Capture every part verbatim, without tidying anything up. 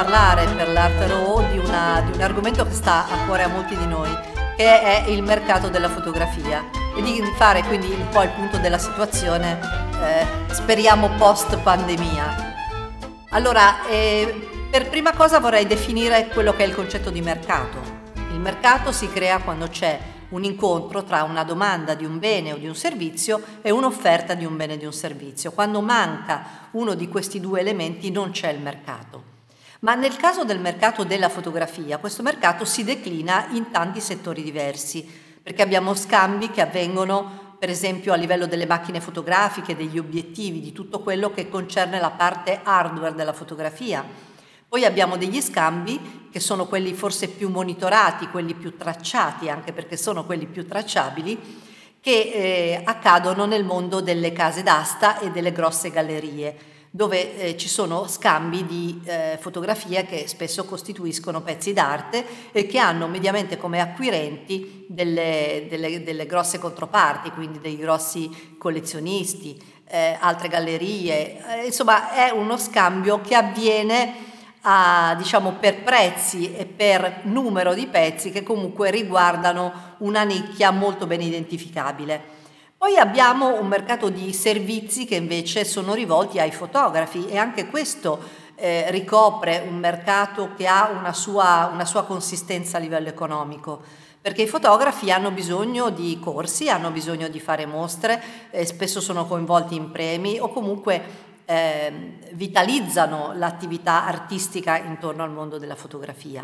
parlare per l'Art Row di, una, di un argomento che sta a cuore a molti di noi, che è il mercato della fotografia, e di fare quindi un po' il punto della situazione, eh, speriamo post pandemia. Allora, eh, per prima cosa vorrei definire quello che è il concetto di mercato. Il mercato si crea quando c'è un incontro tra una domanda di un bene o di un servizio e un'offerta di un bene o di un servizio. Quando manca uno di questi due elementi non c'è il mercato. Ma nel caso del mercato della fotografia, questo mercato si declina in tanti settori diversi, perché abbiamo scambi che avvengono per esempio a livello delle macchine fotografiche, degli obiettivi, di tutto quello che concerne la parte hardware della fotografia. Poi abbiamo degli scambi che sono quelli forse più monitorati, quelli più tracciati, anche perché sono quelli più tracciabili, che eh, accadono nel mondo delle case d'asta e delle grosse gallerie, dove eh, ci sono scambi di eh, fotografie che spesso costituiscono pezzi d'arte e che hanno mediamente come acquirenti delle, delle, delle grosse controparti, quindi dei grossi collezionisti, eh, altre gallerie. Eh, insomma, è uno scambio che avviene a, diciamo, per prezzi e per numero di pezzi che comunque riguardano una nicchia molto ben identificabile. Poi abbiamo un mercato di servizi che invece sono rivolti ai fotografi, e anche questo eh, ricopre un mercato che ha una sua, una sua consistenza a livello economico, perché i fotografi hanno bisogno di corsi, hanno bisogno di fare mostre, eh, spesso sono coinvolti in premi o comunque Eh, vitalizzano l'attività artistica intorno al mondo della fotografia.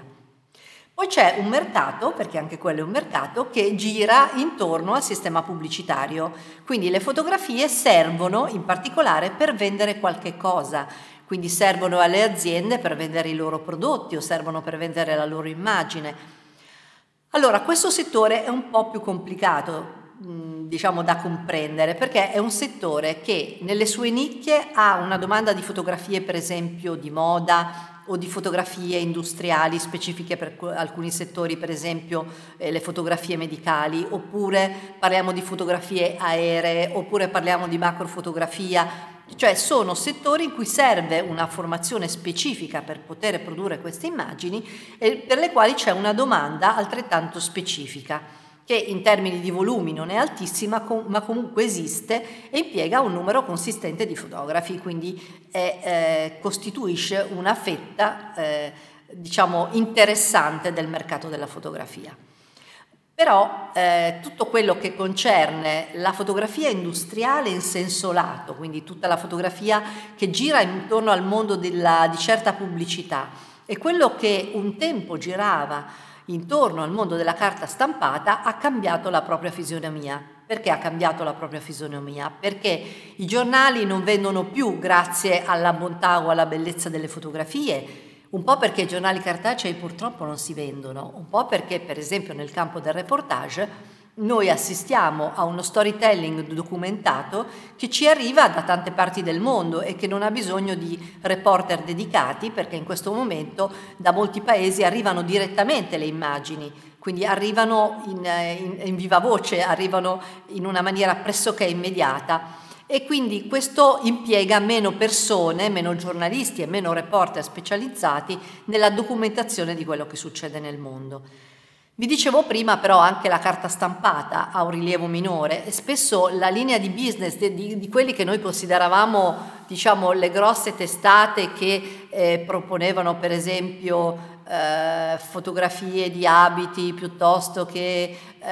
Poi c'è un mercato, perché anche quello è un mercato, che gira intorno al sistema pubblicitario, quindi le fotografie servono in particolare per vendere qualche cosa, quindi servono alle aziende per vendere i loro prodotti o servono per vendere la loro immagine. Allora, questo settore è un po' più complicato, diciamo, da comprendere, perché è un settore che nelle sue nicchie ha una domanda di fotografie, per esempio di moda o di fotografie industriali specifiche per alcuni settori, per esempio eh, le fotografie medicali, oppure parliamo di fotografie aeree, oppure parliamo di macrofotografia, cioè sono settori in cui serve una formazione specifica per poter produrre queste immagini e per le quali c'è una domanda altrettanto specifica, che in termini di volumi non è altissima, ma comunque esiste e impiega un numero consistente di fotografi, quindi è, eh, costituisce una fetta eh, diciamo interessante del mercato della fotografia. Però eh, tutto quello che concerne la fotografia industriale in senso lato, quindi tutta la fotografia che gira intorno al mondo della, di certa pubblicità, e quello che un tempo girava intorno al mondo della carta stampata, ha cambiato la propria fisionomia. Perché ha cambiato la propria fisionomia? Perché i giornali non vendono più grazie alla bontà o alla bellezza delle fotografie, un po' perché i giornali cartacei purtroppo non si vendono, un po' perché per esempio nel campo del reportage noi assistiamo a uno storytelling documentato che ci arriva da tante parti del mondo e che non ha bisogno di reporter dedicati, perché in questo momento da molti paesi arrivano direttamente le immagini, quindi arrivano in, in, in viva voce, arrivano in una maniera pressoché immediata, e quindi questo impiega meno persone, meno giornalisti e meno reporter specializzati nella documentazione di quello che succede nel mondo. Vi dicevo prima però anche la carta stampata ha un rilievo minore e spesso la linea di business di, di, di quelli che noi consideravamo, diciamo, le grosse testate che eh, proponevano per esempio eh, fotografie di abiti piuttosto che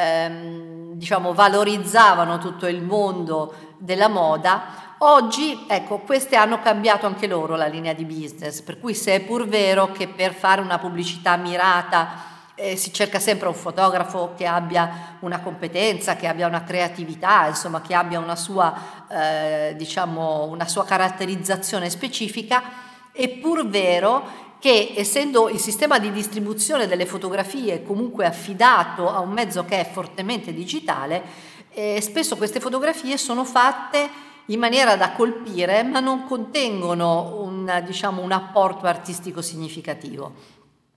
ehm, diciamo valorizzavano tutto il mondo della moda, oggi ecco queste hanno cambiato anche loro la linea di business, per cui se è pur vero che per fare una pubblicità mirata Eh, si cerca sempre un fotografo che abbia una competenza, che abbia una creatività, insomma che abbia una sua, eh, diciamo, una sua caratterizzazione specifica, è pur vero che essendo il sistema di distribuzione delle fotografie comunque affidato a un mezzo che è fortemente digitale, eh, spesso queste fotografie sono fatte in maniera da colpire ma non contengono un, diciamo, un apporto artistico significativo.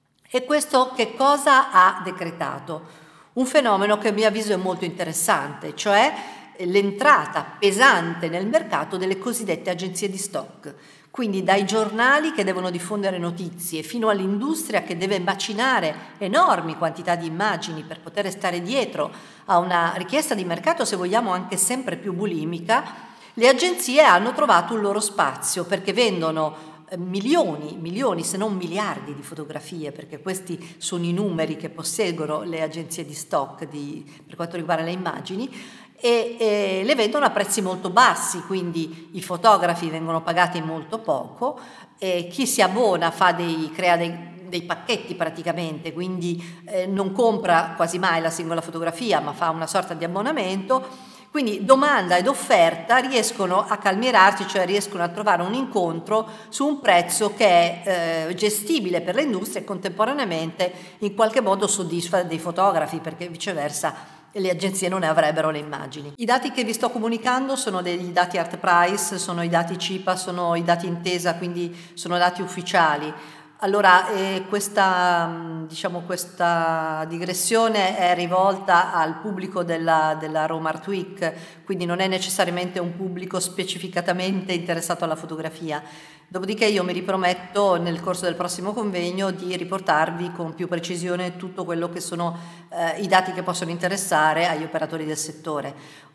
E questo che cosa ha decretato? Un fenomeno che a mio avviso è molto interessante, cioè l'entrata pesante nel mercato delle cosiddette agenzie di stock. Quindi dai giornali che devono diffondere notizie fino all'industria che deve macinare enormi quantità di immagini per poter stare dietro a una richiesta di mercato, se vogliamo anche sempre più bulimica, le agenzie hanno trovato un loro spazio perché vendono milioni, milioni se non miliardi di fotografie, perché questi sono i numeri che posseggono le agenzie di stock di, per quanto riguarda le immagini, e, e le vendono a prezzi molto bassi, quindi i fotografi vengono pagati molto poco e chi si abbona fa dei, crea dei dei pacchetti praticamente, quindi eh, non compra quasi mai la singola fotografia ma fa una sorta di abbonamento, quindi domanda ed offerta riescono a calmierarsi, cioè riescono a trovare un incontro su un prezzo che è eh, gestibile per le industrie e contemporaneamente in qualche modo soddisfa dei fotografi, perché viceversa le agenzie non ne avrebbero le immagini. I dati che vi sto comunicando sono dei dati Art Price, sono i dati C I P A, sono i dati Intesa, quindi sono dati ufficiali. Allora, eh, questa, diciamo, questa digressione è rivolta al pubblico della, della Rome Art Week, quindi non è necessariamente un pubblico specificatamente interessato alla fotografia. Dopodiché io mi riprometto nel corso del prossimo convegno di riportarvi con più precisione tutto quello che sono eh, i dati che possono interessare agli operatori del settore.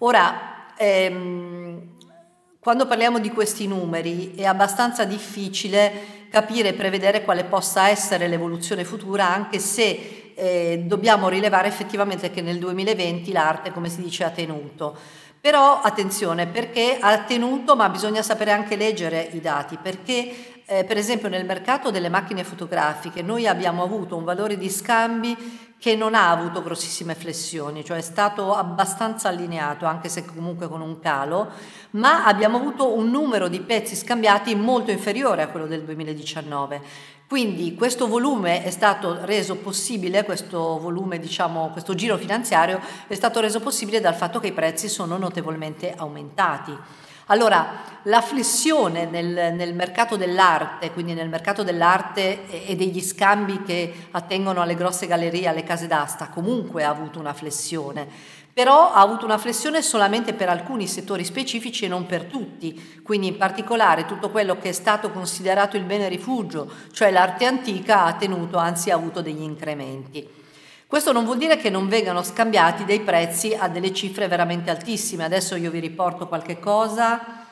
Ora, ehm, quando parliamo di questi numeri è abbastanza difficile capire e prevedere quale possa essere l'evoluzione futura, anche se eh, dobbiamo rilevare effettivamente che nel duemilaventi l'arte, come si dice, ha tenuto. Però attenzione, perché ha tenuto, ma bisogna sapere anche leggere i dati, perché eh, per esempio nel mercato delle macchine fotografiche noi abbiamo avuto un valore di scambi che non ha avuto grossissime flessioni, cioè è stato abbastanza allineato, anche se comunque con un calo, ma abbiamo avuto un numero di pezzi scambiati molto inferiore a quello del duemiladiciannove. Quindi questo volume è stato reso possibile, questo volume, diciamo, questo giro finanziario è stato reso possibile dal fatto che i prezzi sono notevolmente aumentati. Allora, la flessione nel, nel mercato dell'arte, quindi nel mercato dell'arte e, e degli scambi che attengono alle grosse gallerie, alle case d'asta, comunque ha avuto una flessione, però ha avuto una flessione solamente per alcuni settori specifici e non per tutti, quindi in particolare tutto quello che è stato considerato il bene rifugio, cioè l'arte antica, ha tenuto, anzi ha avuto degli incrementi. Questo non vuol dire che non vengano scambiati dei prezzi a delle cifre veramente altissime. Adesso io vi riporto qualche cosa.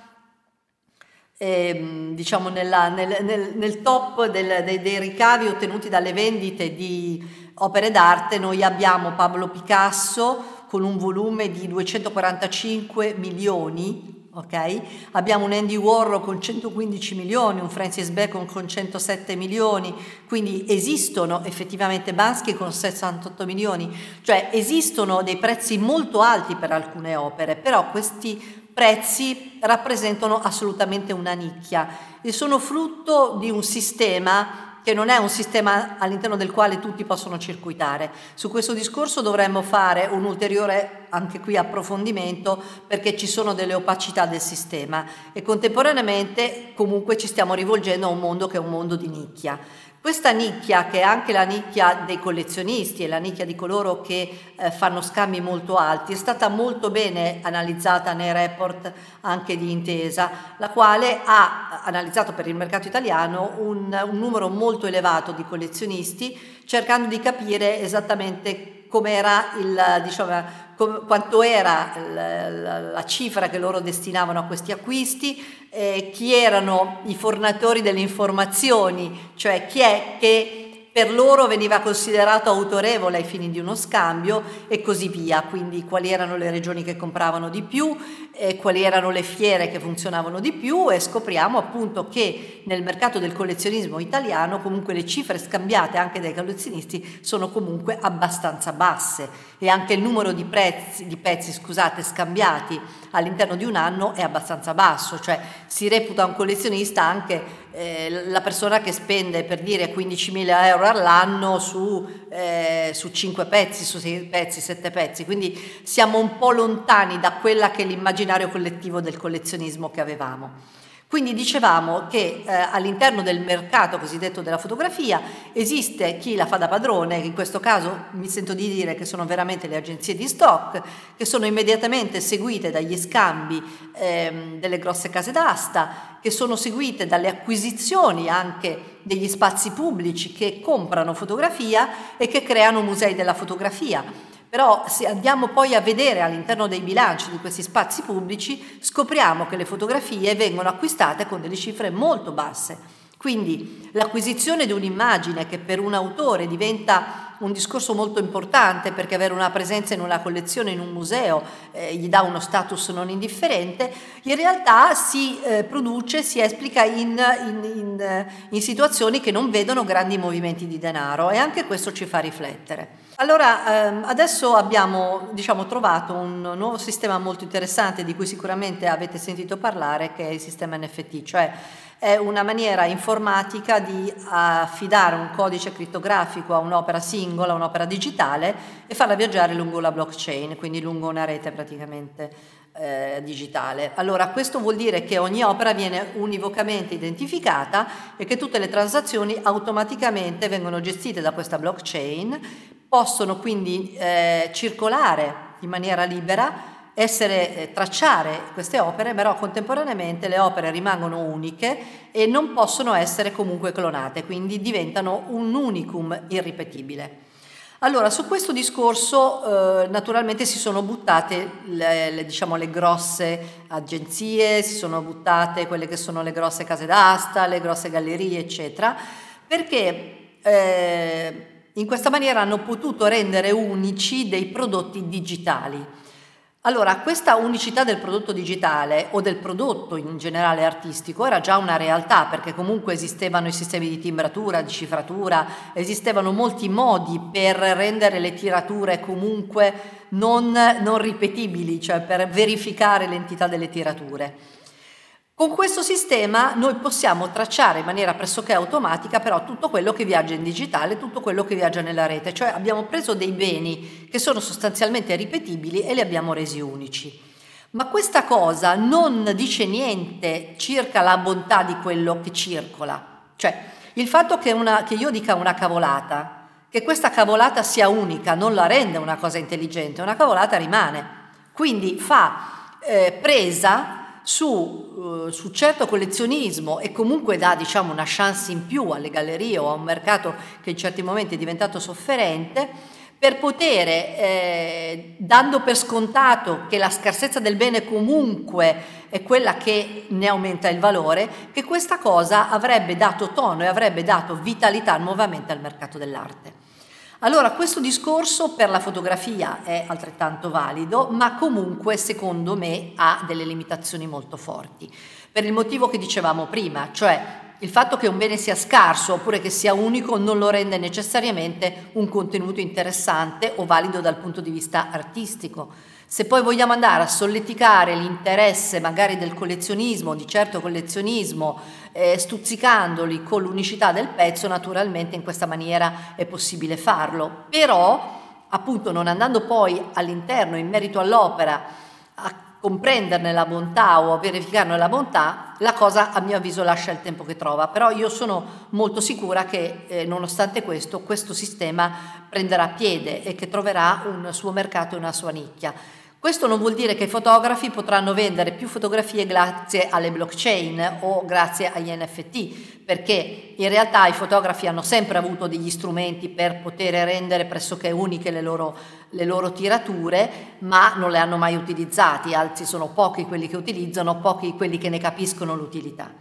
E, diciamo nella, nel, nel, nel top del, dei, dei ricavi ottenuti dalle vendite di opere d'arte noi abbiamo Pablo Picasso con un volume di duecentoquarantacinque milioni. Okay? Abbiamo un Andy Warhol con centoquindici milioni, un Francis Bacon con centosette milioni, quindi esistono effettivamente Banksy con sessantotto milioni, cioè esistono dei prezzi molto alti per alcune opere, però questi prezzi rappresentano assolutamente una nicchia e sono frutto di un sistema che non è un sistema all'interno del quale tutti possono circuitare. Su questo discorso dovremmo fare un ulteriore, anche qui, approfondimento, perché ci sono delle opacità del sistema e contemporaneamente comunque ci stiamo rivolgendo a un mondo che è un mondo di nicchia. Questa nicchia, che è anche la nicchia dei collezionisti e la nicchia di coloro che eh, fanno scambi molto alti, è stata molto bene analizzata nei report anche di Intesa, la quale ha analizzato per il mercato italiano un, un numero molto elevato di collezionisti, cercando di capire esattamente com'era il, diciamo, com, quanto era la, la, la cifra che loro destinavano a questi acquisti, eh, chi erano i fornitori delle informazioni, cioè chi è che per loro veniva considerato autorevole ai fini di uno scambio e così via, quindi quali erano le regioni che compravano di più, eh, quali erano le fiere che funzionavano di più, e scopriamo appunto che nel mercato del collezionismo italiano comunque le cifre scambiate anche dai collezionisti sono comunque abbastanza basse e anche il numero di, prezzi, di pezzi scusate, scambiati all'interno di un anno è abbastanza basso, cioè si reputa un collezionista anche eh, la persona che spende, per dire, quindicimila euro all'anno su, eh, su cinque pezzi, su sei pezzi, sette pezzi, quindi siamo un po' lontani da quella che è l'immaginario collettivo del collezionismo che avevamo. Quindi dicevamo che eh, all'interno del mercato cosiddetto della fotografia esiste chi la fa da padrone, che in questo caso mi sento di dire che sono veramente le agenzie di stock, che sono immediatamente seguite dagli scambi ehm, delle grosse case d'asta, che sono seguite dalle acquisizioni anche degli spazi pubblici che comprano fotografia e che creano musei della fotografia. Però se andiamo poi a vedere all'interno dei bilanci di questi spazi pubblici, scopriamo che le fotografie vengono acquistate con delle cifre molto basse. Quindi l'acquisizione di un'immagine che per un autore diventa un discorso molto importante, perché avere una presenza in una collezione, in un museo, eh, gli dà uno status non indifferente, in realtà si eh, produce, si esplica in, in, in, in situazioni che non vedono grandi movimenti di denaro, e anche questo ci fa riflettere. Allora, ehm, adesso abbiamo, diciamo, trovato un nuovo sistema molto interessante di cui sicuramente avete sentito parlare, che è il sistema N F T, cioè è una maniera informatica di affidare un codice crittografico a un'opera singola, un'opera digitale, e farla viaggiare lungo la blockchain, quindi lungo una rete praticamente eh, digitale. Allora, questo vuol dire che ogni opera viene univocamente identificata e che tutte le transazioni automaticamente vengono gestite da questa blockchain, possono quindi eh, circolare in maniera libera, essere eh, tracciare queste opere, però contemporaneamente le opere rimangono uniche e non possono essere comunque clonate, quindi diventano un unicum irripetibile. Allora, su questo discorso eh, naturalmente si sono buttate le, le, diciamo, le grosse agenzie, si sono buttate quelle che sono le grosse case d'asta, le grosse gallerie, eccetera, perché eh, in questa maniera hanno potuto rendere unici dei prodotti digitali. Allora, questa unicità del prodotto digitale o del prodotto in generale artistico era già una realtà, perché comunque esistevano i sistemi di timbratura, di cifratura, esistevano molti modi per rendere le tirature comunque non, non ripetibili, cioè per verificare l'entità delle tirature. Con questo sistema noi possiamo tracciare in maniera pressoché automatica però tutto quello che viaggia in digitale, tutto quello che viaggia nella rete, cioè abbiamo preso dei beni che sono sostanzialmente ripetibili e li abbiamo resi unici. Ma questa cosa non dice niente circa la bontà di quello che circola, cioè il fatto che, una, che io dica una cavolata, che questa cavolata sia unica, non la rende una cosa intelligente, una cavolata rimane, quindi fa eh, presa Su, uh, su certo collezionismo e comunque dà, diciamo, una chance in più alle gallerie o a un mercato che in certi momenti è diventato sofferente, per poter, eh, dando per scontato che la scarsezza del bene comunque è quella che ne aumenta il valore, che questa cosa avrebbe dato tono e avrebbe dato vitalità nuovamente al mercato dell'arte. Allora, questo discorso per la fotografia è altrettanto valido, ma comunque secondo me ha delle limitazioni molto forti, per il motivo che dicevamo prima, cioè il fatto che un bene sia scarso oppure che sia unico non lo rende necessariamente un contenuto interessante o valido dal punto di vista artistico. Se poi vogliamo andare a solleticare l'interesse magari del collezionismo, di certo collezionismo, eh, stuzzicandoli con l'unicità del pezzo, naturalmente in questa maniera è possibile farlo. Però, appunto, non andando poi all'interno, in merito all'opera, a comprenderne la bontà o a verificarne la bontà, la cosa a mio avviso lascia il tempo che trova. Però io sono molto sicura che eh, nonostante questo, questo sistema prenderà piede e che troverà un suo mercato e una sua nicchia. Questo non vuol dire che i fotografi potranno vendere più fotografie grazie alle blockchain o grazie agli N F T, perché in realtà i fotografi hanno sempre avuto degli strumenti per poter rendere pressoché uniche le loro, le loro tirature, ma non le hanno mai utilizzati, anzi sono pochi quelli che utilizzano, pochi quelli che ne capiscono l'utilità.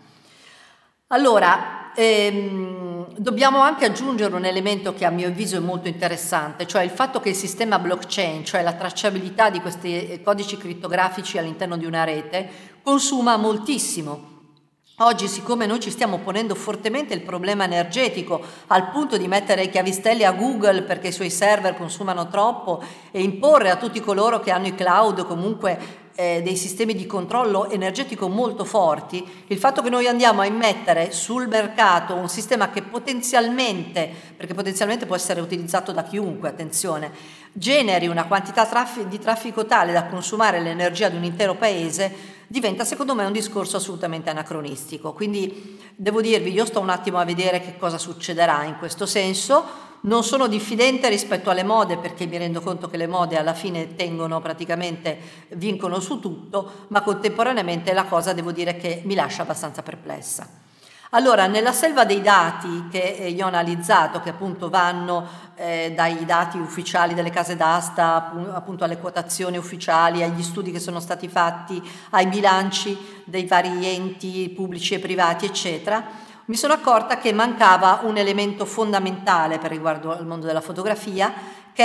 Allora, ehm, dobbiamo anche aggiungere un elemento che a mio avviso è molto interessante, cioè il fatto che il sistema blockchain, cioè la tracciabilità di questi codici crittografici all'interno di una rete, consuma moltissimo. Oggi, siccome noi ci stiamo ponendo fortemente il problema energetico al punto di mettere i chiavistelli a Google perché i suoi server consumano troppo e imporre a tutti coloro che hanno i cloud comunque eh, dei sistemi di controllo energetico molto forti, il fatto che noi andiamo a immettere sul mercato un sistema che potenzialmente, perché potenzialmente può essere utilizzato da chiunque, attenzione, generi una quantità traffi- di traffico tale da consumare l'energia di un intero paese, diventa secondo me un discorso assolutamente anacronistico. Quindi devo dirvi, io sto un attimo a vedere che cosa succederà in questo senso. Non sono diffidente rispetto alle mode, perché mi rendo conto che le mode alla fine tengono praticamente, vincono su tutto, ma contemporaneamente la cosa devo dire che mi lascia abbastanza perplessa. Allora, nella selva dei dati che io ho analizzato, che appunto vanno eh, dai dati ufficiali delle case d'asta, appunto alle quotazioni ufficiali, agli studi che sono stati fatti, ai bilanci dei vari enti pubblici e privati, eccetera, mi sono accorta che mancava un elemento fondamentale per riguardo al mondo della fotografia, che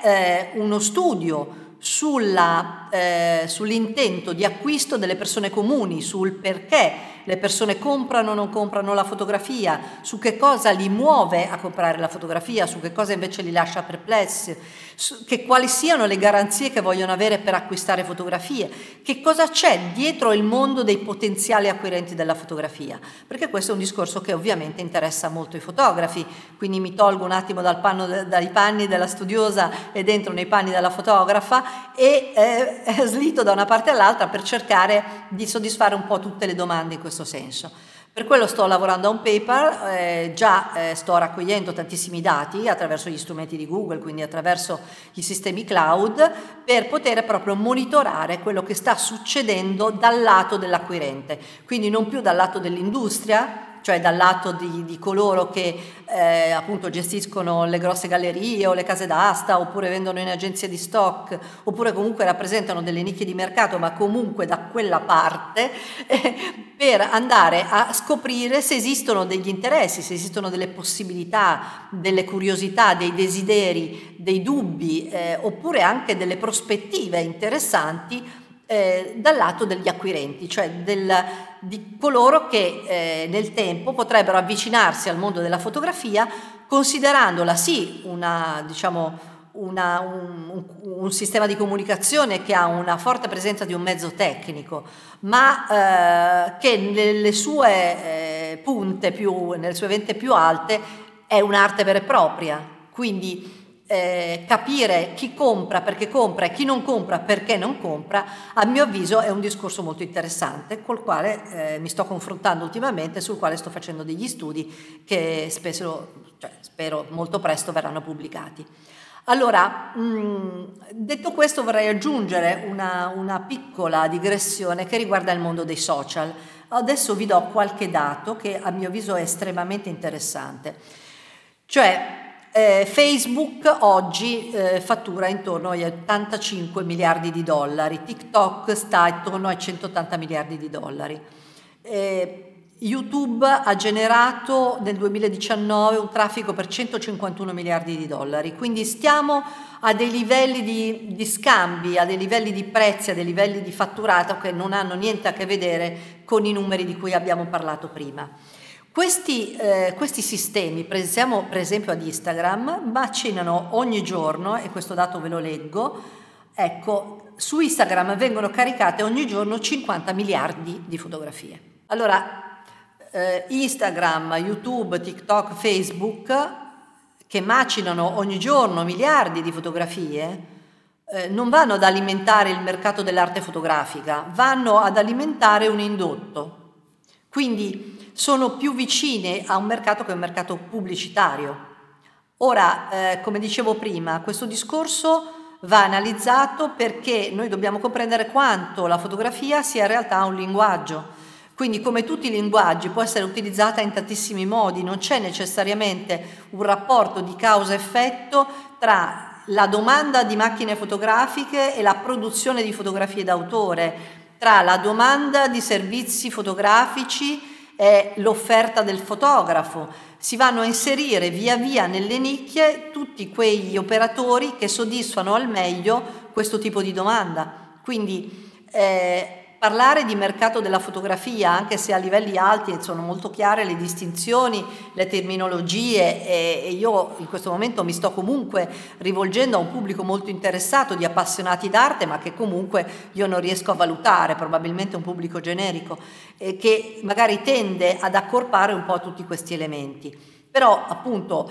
è eh, uno studio sulla, eh, sull'intento di acquisto delle persone comuni, sul perché le persone comprano o non comprano la fotografia, su che cosa li muove a comprare la fotografia, su che cosa invece li lascia perplessi, su, che quali siano le garanzie che vogliono avere per acquistare fotografie, che cosa c'è dietro il mondo dei potenziali acquirenti della fotografia, perché questo è un discorso che ovviamente interessa molto i fotografi, quindi mi tolgo un attimo dal panno, dai panni della studiosa e entro nei panni della fotografa e eh, slito da una parte all'altra per cercare di soddisfare un po' tutte le domande in questo senso. Per quello sto lavorando a un paper, eh, già eh, sto raccogliendo tantissimi dati attraverso gli strumenti di Google, quindi attraverso i sistemi cloud, per poter proprio monitorare quello che sta succedendo dal lato dell'acquirente, quindi non più dal lato dell'industria, cioè dal lato di, di coloro che eh, appunto gestiscono le grosse gallerie o le case d'asta, oppure vendono in agenzie di stock, oppure comunque rappresentano delle nicchie di mercato, ma comunque da quella parte, eh, per andare a scoprire se esistono degli interessi, se esistono delle possibilità, delle curiosità, dei desideri, dei dubbi, eh, oppure anche delle prospettive interessanti Eh, dal lato degli acquirenti, cioè del, di coloro che eh, nel tempo potrebbero avvicinarsi al mondo della fotografia, considerandola sì una, diciamo, una, un, un, un sistema di comunicazione che ha una forte presenza di un mezzo tecnico, ma eh, che nelle sue eh, punte più, nelle sue vette più alte è un'arte vera e propria. Quindi Eh, capire chi compra perché compra e chi non compra perché non compra, a mio avviso è un discorso molto interessante col quale eh, mi sto confrontando ultimamente, sul quale sto facendo degli studi che spesso, cioè, spero molto presto verranno pubblicati. Allora, mh, detto questo, vorrei aggiungere una, una piccola digressione che riguarda il mondo dei social. Adesso vi do qualche dato che a mio avviso è estremamente interessante. Cioè, Eh, Facebook oggi eh, fattura intorno agli ottantacinque miliardi di dollari, TikTok sta intorno ai centottanta miliardi di dollari. Eh, YouTube ha generato nel duemiladiciannove un traffico per centocinquantuno miliardi di dollari, quindi stiamo a dei livelli di, di scambi, a dei livelli di prezzi, a dei livelli di fatturato che non hanno niente a che vedere con i numeri di cui abbiamo parlato prima. Questi, eh, questi sistemi, pensiamo per esempio ad Instagram, macinano ogni giorno, e questo dato ve lo leggo, ecco, su Instagram vengono caricate ogni giorno cinquanta miliardi di fotografie. Allora, eh, Instagram, YouTube, TikTok, Facebook, che macinano ogni giorno miliardi di fotografie, eh, non vanno ad alimentare il mercato dell'arte fotografica, vanno ad alimentare un indotto. Quindi sono più vicine a un mercato che è un mercato pubblicitario. Ora, eh, come dicevo prima, questo discorso va analizzato perché noi dobbiamo comprendere quanto la fotografia sia in realtà un linguaggio. Quindi, come tutti i linguaggi, può essere utilizzata in tantissimi modi, non c'è necessariamente un rapporto di causa-effetto tra la domanda di macchine fotografiche e la produzione di fotografie d'autore, tra la domanda di servizi fotografici e l'offerta del fotografo. Si vanno a inserire via via nelle nicchie tutti quegli operatori che soddisfano al meglio questo tipo di domanda. Quindi eh, parlare di mercato della fotografia, anche se a livelli alti sono molto chiare le distinzioni, le terminologie, e, e io in questo momento mi sto comunque rivolgendo a un pubblico molto interessato di appassionati d'arte, ma che comunque io non riesco a valutare, probabilmente un pubblico generico, eh, che magari tende ad accorpare un po' tutti questi elementi. Però appunto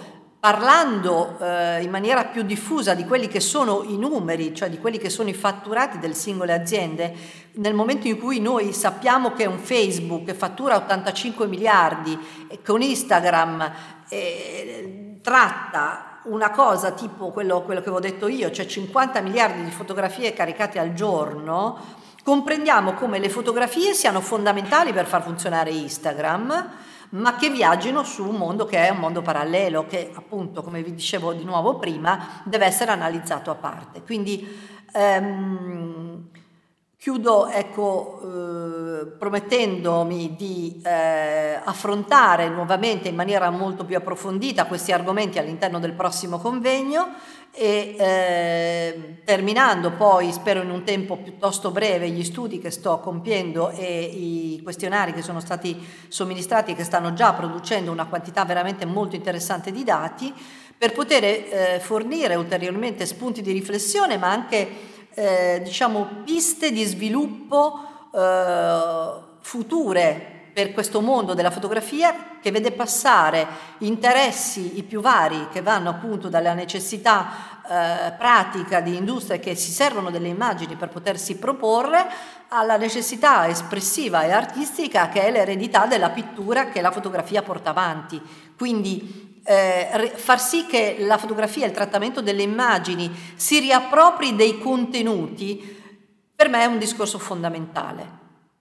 parlando eh, in maniera più diffusa di quelli che sono i numeri, cioè di quelli che sono i fatturati delle singole aziende, nel momento in cui noi sappiamo che un Facebook fattura ottantacinque miliardi e con Instagram eh, tratta una cosa tipo quello, quello che avevo detto io, cioè cinquanta miliardi di fotografie caricate al giorno, comprendiamo come le fotografie siano fondamentali per far funzionare Instagram, ma che viaggino su un mondo che è un mondo parallelo, che appunto, come vi dicevo di nuovo prima, deve essere analizzato a parte. Quindi ehm, chiudo ecco, eh, promettendomi di eh, affrontare nuovamente in maniera molto più approfondita questi argomenti all'interno del prossimo convegno e eh, terminando poi, spero in un tempo piuttosto breve, gli studi che sto compiendo e i questionari che sono stati somministrati e che stanno già producendo una quantità veramente molto interessante di dati, per poter eh, fornire ulteriormente spunti di riflessione, ma anche eh, diciamo piste di sviluppo eh, future per questo mondo della fotografia, che vede passare interessi i più vari, che vanno appunto dalla necessità eh, pratica di industrie che si servono delle immagini per potersi proporre, alla necessità espressiva e artistica che è l'eredità della pittura che la fotografia porta avanti. Quindi eh, far sì che la fotografia e il trattamento delle immagini si riappropri dei contenuti, per me è un discorso fondamentale.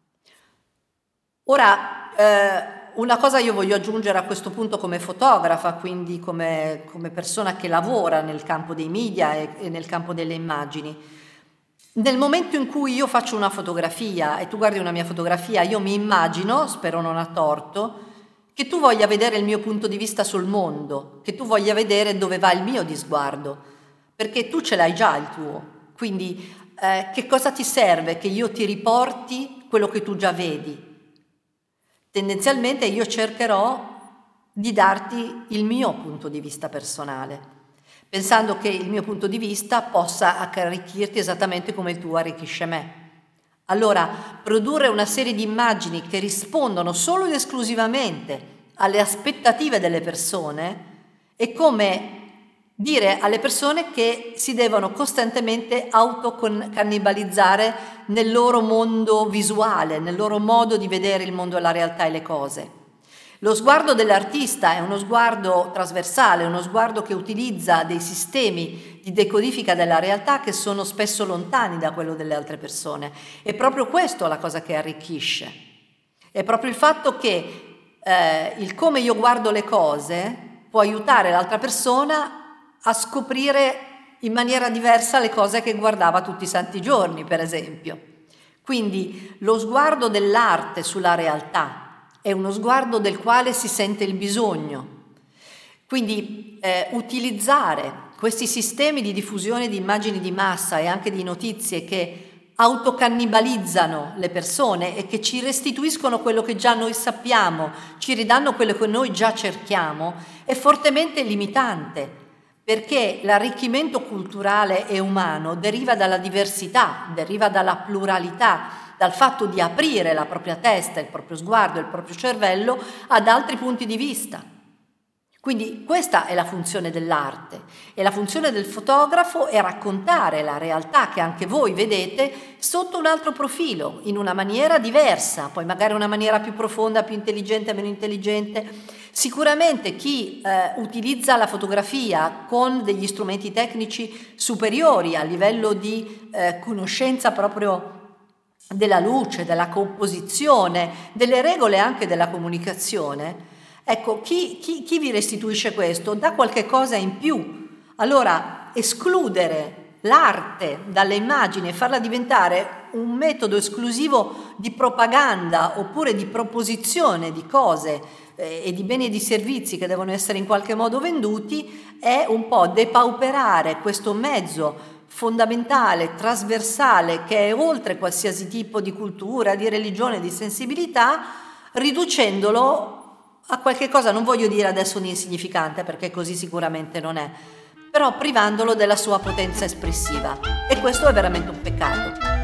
Ora, eh, una cosa io voglio aggiungere a questo punto come fotografa, quindi come, come persona che lavora nel campo dei media e, e nel campo delle immagini. Nel momento in cui io faccio una fotografia e tu guardi una mia fotografia, io mi immagino, spero non a torto, che tu voglia vedere il mio punto di vista sul mondo, che tu voglia vedere dove va il mio di sguardo, perché tu ce l'hai già il tuo. Quindi eh, che cosa ti serve che io ti riporti quello che tu già vedi? Tendenzialmente io cercherò di darti il mio punto di vista personale, pensando che il mio punto di vista possa arricchirti esattamente come il tuo arricchisce me. Allora, produrre una serie di immagini che rispondono solo ed esclusivamente alle aspettative delle persone è come dire alle persone che si devono costantemente autocannibalizzare nel loro mondo visuale, nel loro modo di vedere il mondo e la realtà e le cose. Lo sguardo dell'artista è uno sguardo trasversale, uno sguardo che utilizza dei sistemi di decodifica della realtà che sono spesso lontani da quello delle altre persone. È proprio questo la cosa che arricchisce. È proprio il fatto che eh, il come io guardo le cose può aiutare l'altra persona a scoprire in maniera diversa le cose che guardava tutti i santi giorni, per esempio. Quindi lo sguardo dell'arte sulla realtà è uno sguardo del quale si sente il bisogno. Quindi eh, utilizzare questi sistemi di diffusione di immagini di massa e anche di notizie che autocannibalizzano le persone e che ci restituiscono quello che già noi sappiamo, ci ridanno quello che noi già cerchiamo, è fortemente limitante. Perché l'arricchimento culturale e umano deriva dalla diversità, deriva dalla pluralità, dal fatto di aprire la propria testa, il proprio sguardo, il proprio cervello ad altri punti di vista. Quindi questa è la funzione dell'arte e la funzione del fotografo è raccontare la realtà che anche voi vedete sotto un altro profilo, in una maniera diversa, poi magari una maniera più profonda, più intelligente, meno intelligente. Sicuramente chi eh, utilizza la fotografia con degli strumenti tecnici superiori a livello di eh, conoscenza proprio della luce, della composizione, delle regole anche della comunicazione, ecco, chi, chi, chi vi restituisce questo dà qualche cosa in più. Allora, escludere l'arte dalle immagini e farla diventare un metodo esclusivo di propaganda oppure di proposizione di cose e di beni e di servizi che devono essere in qualche modo venduti è un po' depauperare questo mezzo fondamentale, trasversale, che è oltre qualsiasi tipo di cultura, di religione, di sensibilità, riducendolo a qualche cosa, non voglio dire adesso di insignificante, perché così sicuramente non è, però privandolo della sua potenza espressiva, e questo è veramente un peccato.